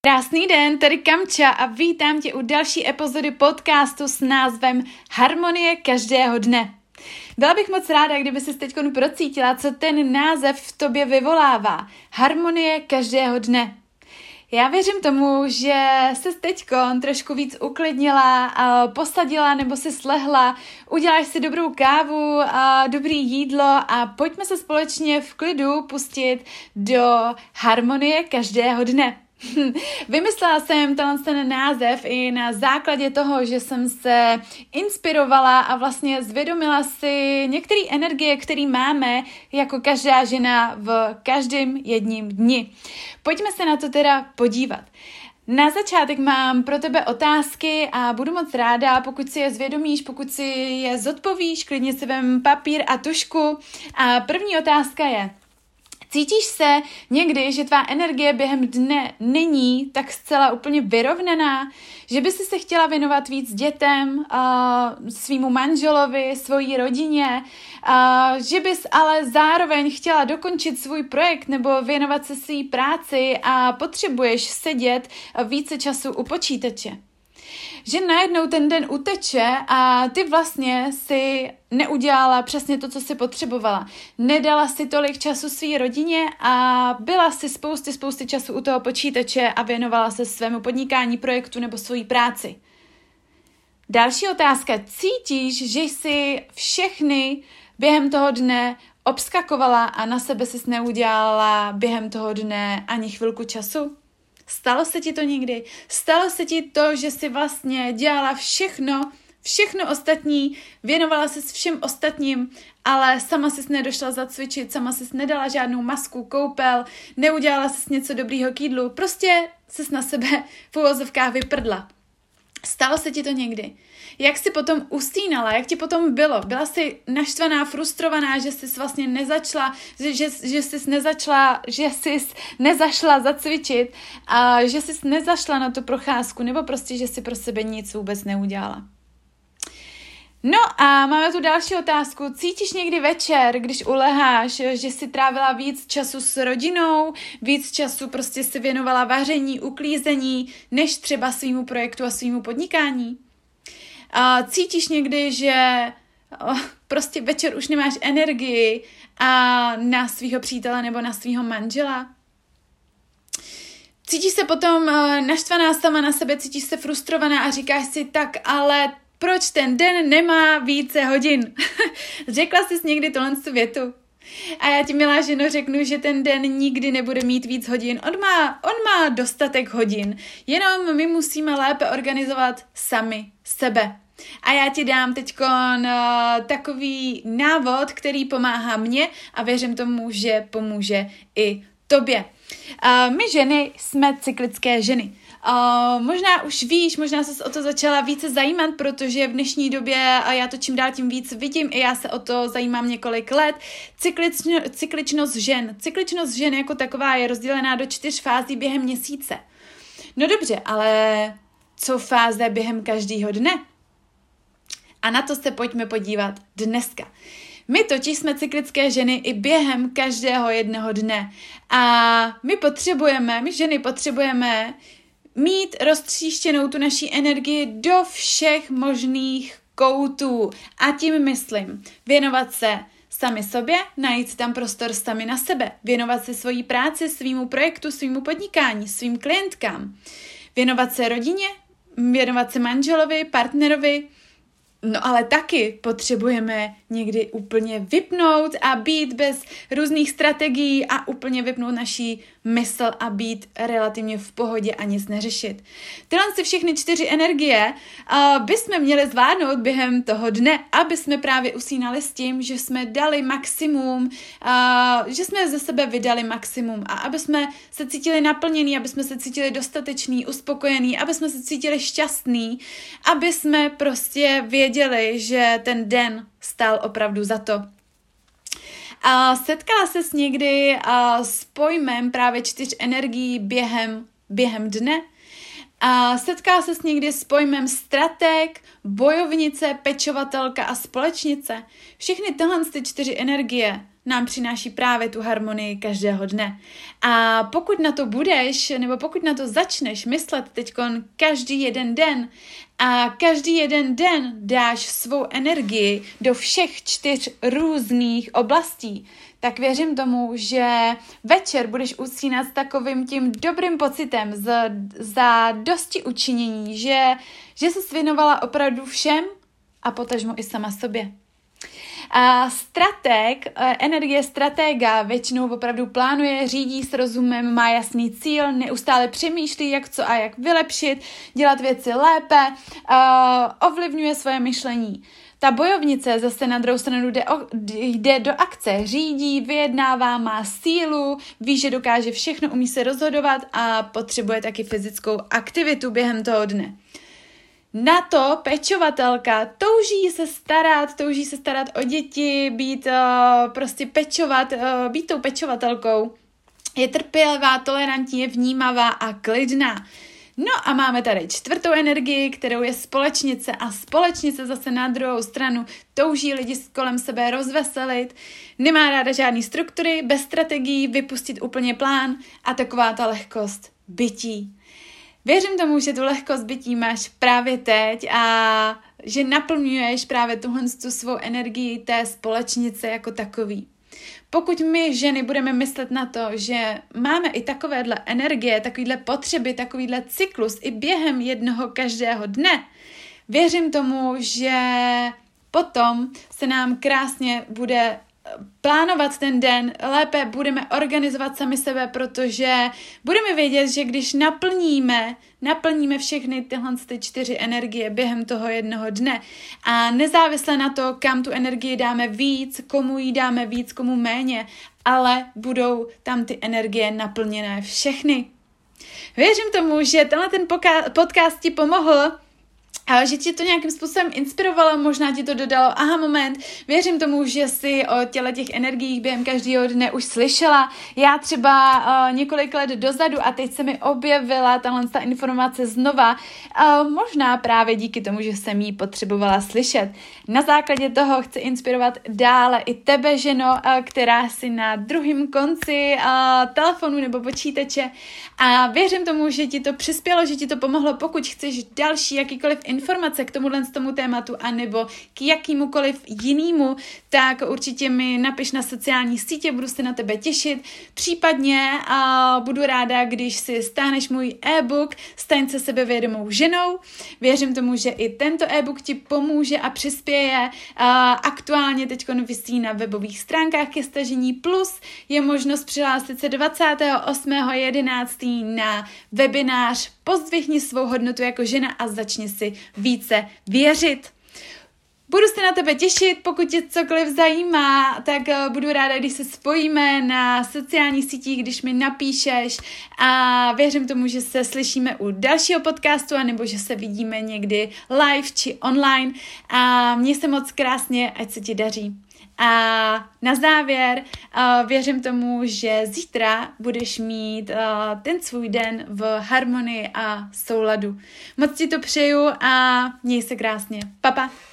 Krásný den, tady Kamča a vítám tě u další epizody podcastu s názvem Harmonie každého dne. Byla bych moc ráda, kdyby ses teď procítila, co ten název v tobě vyvolává. Harmonie každého dne. Já věřím tomu, že ses teďkon trošku víc uklidnila, posadila nebo si slehla, uděláš si dobrou kávu, dobrý jídlo a pojďme se společně v klidu pustit do harmonie každého dne. Vymyslela jsem ten název i na základě toho, že jsem se inspirovala a vlastně zvědomila si některé energie, které máme jako každá žena v každém jedním dni. Pojďme se na to teda podívat. Na začátek mám pro tebe otázky a budu moc ráda, pokud si je zvědomíš, pokud si je zodpovíš, klidně si vem papír a tužku. A první otázka je: cítíš se někdy, že tvá energie během dne není tak zcela úplně vyrovnaná, že by si se chtěla věnovat víc dětem, svýmu manželovi, svojí rodině, že bys ale zároveň chtěla dokončit svůj projekt nebo věnovat se své práci a potřebuješ sedět více času u počítače? Že najednou ten den uteče a ty vlastně si neudělala přesně to, co si potřebovala. Nedala si tolik času své rodině a byla si spousty času u toho počítače a věnovala se svému podnikání, projektu nebo svojí práci. Další otázka. Cítíš, že jsi všechny během toho dne obskakovala a na sebe jsi neudělala během toho dne ani chvilku času? Stalo se ti to někdy? Stalo se ti to, že jsi vlastně dělala všechno ostatní, věnovala se všem ostatním, ale sama jsi nedošla zacvičit, sama jsi nedala žádnou masku, koupel, neudělala jsi něco dobrýho k jídlu, prostě jsi na sebe v uvozovkách vyprdla. Stalo se ti to někdy? Jak jsi potom usínala? Jak ti potom bylo? Byla jsi naštvaná, frustrovaná, že jsi vlastně nezačala, že jsi nezašla zacvičit a že jsi nezašla na tu procházku, nebo prostě, že jsi pro sebe nic vůbec neudělala? No a máme tu další otázku. Cítíš někdy večer, když uleháš, že jsi trávila víc času s rodinou, víc času prostě si věnovala vaření, uklízení, než třeba svýmu projektu a svýmu podnikání? Cítíš někdy, že prostě večer už nemáš energii na svýho přítele nebo na svýho manžela? Cítíš se potom naštvaná sama na sebe, cítíš se frustrovaná a říkáš si tak, ale proč ten den nemá více hodin? Řekla jsi někdy tohle větu? A já ti, milá ženo, řeknu, že ten den nikdy nebude mít víc hodin. On má dostatek hodin, jenom my musíme lépe organizovat sami sebe. A já ti dám teďkon takový návod, který pomáhá mně a věřím tomu, že pomůže i tobě. My ženy jsme cyklické ženy. Možná už víš, možná ses o to začala více zajímat, protože v dnešní době, a já to čím dál tím víc vidím, i já se o to zajímám několik let, cykličnost žen. Cykličnost žen jako taková je rozdělená do 4 fází během měsíce. No dobře, ale co fáze během každého dne? A na to se pojďme podívat dneska. My totiž jsme cyklické ženy i během každého jednoho dne. A my ženy potřebujeme mít roztříštěnou tu naší energii do všech možných koutů. A tím myslím věnovat se sami sobě, najít si tam prostor sami na sebe, věnovat se svojí práci, svýmu projektu, svýmu podnikání, svým klientkám, věnovat se rodině, věnovat se manželovi, partnerovi. No ale taky potřebujeme někdy úplně vypnout a být bez různých strategií a úplně vypnout naší mysl a být relativně v pohodě a nic neřešit. Tyhle si všechny 4 energie bychom měli zvládnout během toho dne, aby jsme právě usínali s tím, že jsme dali maximum, že jsme ze sebe vydali maximum a aby jsme se cítili naplněný, aby jsme se cítili dostatečný, uspokojený, aby jsme se cítili šťastný, aby jsme prostě věděli, že ten den stál opravdu za to. Setkala ses někdy s pojmem právě 4 energií během dne? A setkala ses někdy s pojmem stratég, bojovnice, pečovatelka a společnice? Všechny tyhle 4 energie nám přináší právě tu harmonii každého dne. A pokud na to budeš, nebo pokud na to začneš myslet teďkon každý jeden den a každý jeden den dáš svou energii do všech 4 různých oblastí, tak věřím tomu, že večer budeš usínat s takovým tím dobrým pocitem za dosti učinění, že jsi věnovala opravdu všem a potažmo i sama sobě. A energie stratéga většinou opravdu plánuje, řídí s rozumem, má jasný cíl, neustále přemýšlí, jak co a jak vylepšit, dělat věci lépe, ovlivňuje svoje myšlení. Ta bojovnice zase na druhou stranu jde do akce, řídí, vyjednává, má sílu, ví, že dokáže všechno, umí se rozhodovat a potřebuje taky fyzickou aktivitu během toho dne. Na to pečovatelka touží se starat o děti, být tou pečovatelkou. Je trpělivá, tolerantní, je vnímavá a klidná. No a máme tady 4. energii, kterou je společnice a společnice zase na druhou stranu touží lidi kolem sebe rozveselit, nemá ráda žádný struktury, bez strategií, vypustit úplně plán a taková ta lehkost bytí. Věřím tomu, že tu lehkost bytí máš právě teď a že naplňuješ právě tuhle svou energii té společnice jako takový. Pokud my ženy budeme myslet na to, že máme i takovéhle energie, takovýhle potřeby, takovýhle cyklus i během jednoho každého dne, věřím tomu, že potom se nám krásně bude plánovat ten den, lépe budeme organizovat sami sebe, protože budeme vědět, že když naplníme všechny tyhle 4 energie během toho jednoho dne a nezávisle na to, kam tu energii dáme víc, komu jí dáme víc, komu méně, ale budou tam ty energie naplněné všechny. Věřím tomu, že tenhle ten podcast ti pomohl, a že ti to nějakým způsobem inspirovalo, možná ti to dodalo aha moment. Věřím tomu, že jsi o těch energiích během každého dne už slyšela. Já třeba několik let dozadu a teď se mi objevila ta informace znova. Možná právě díky tomu, že jsem ji potřebovala slyšet. Na základě toho chci inspirovat dále i tebe, ženo, která si na druhém konci telefonu nebo počítače. A věřím tomu, že ti to přispělo, že ti to pomohlo, pokud chceš další jakýkoliv informace k tomu tématu anebo k jakýmukoliv jinému, tak určitě mi napiš na sociální sítě, budu se na tebe těšit. Případně budu ráda, když si stáhneš můj e-book Staň se sebevědomou ženou. Věřím tomu, že i tento e-book ti pomůže a přispěje. Aktuálně teď visí na webových stránkách ke stažení, plus je možnost přihlásit se 28.11. na webinář Pozdvihni svou hodnotu jako žena a začni si více věřit. Budu se na tebe těšit, pokud tě cokoliv zajímá, tak budu ráda, když se spojíme na sociálních sítích, když mi napíšeš a věřím tomu, že se slyšíme u dalšího podcastu anebo že se vidíme někdy live či online a měj se moc krásně, ať se ti daří. A na závěr věřím tomu, že zítra budeš mít ten svůj den v harmonii a souladu. Moc ti to přeju a měj se krásně. Pa, pa.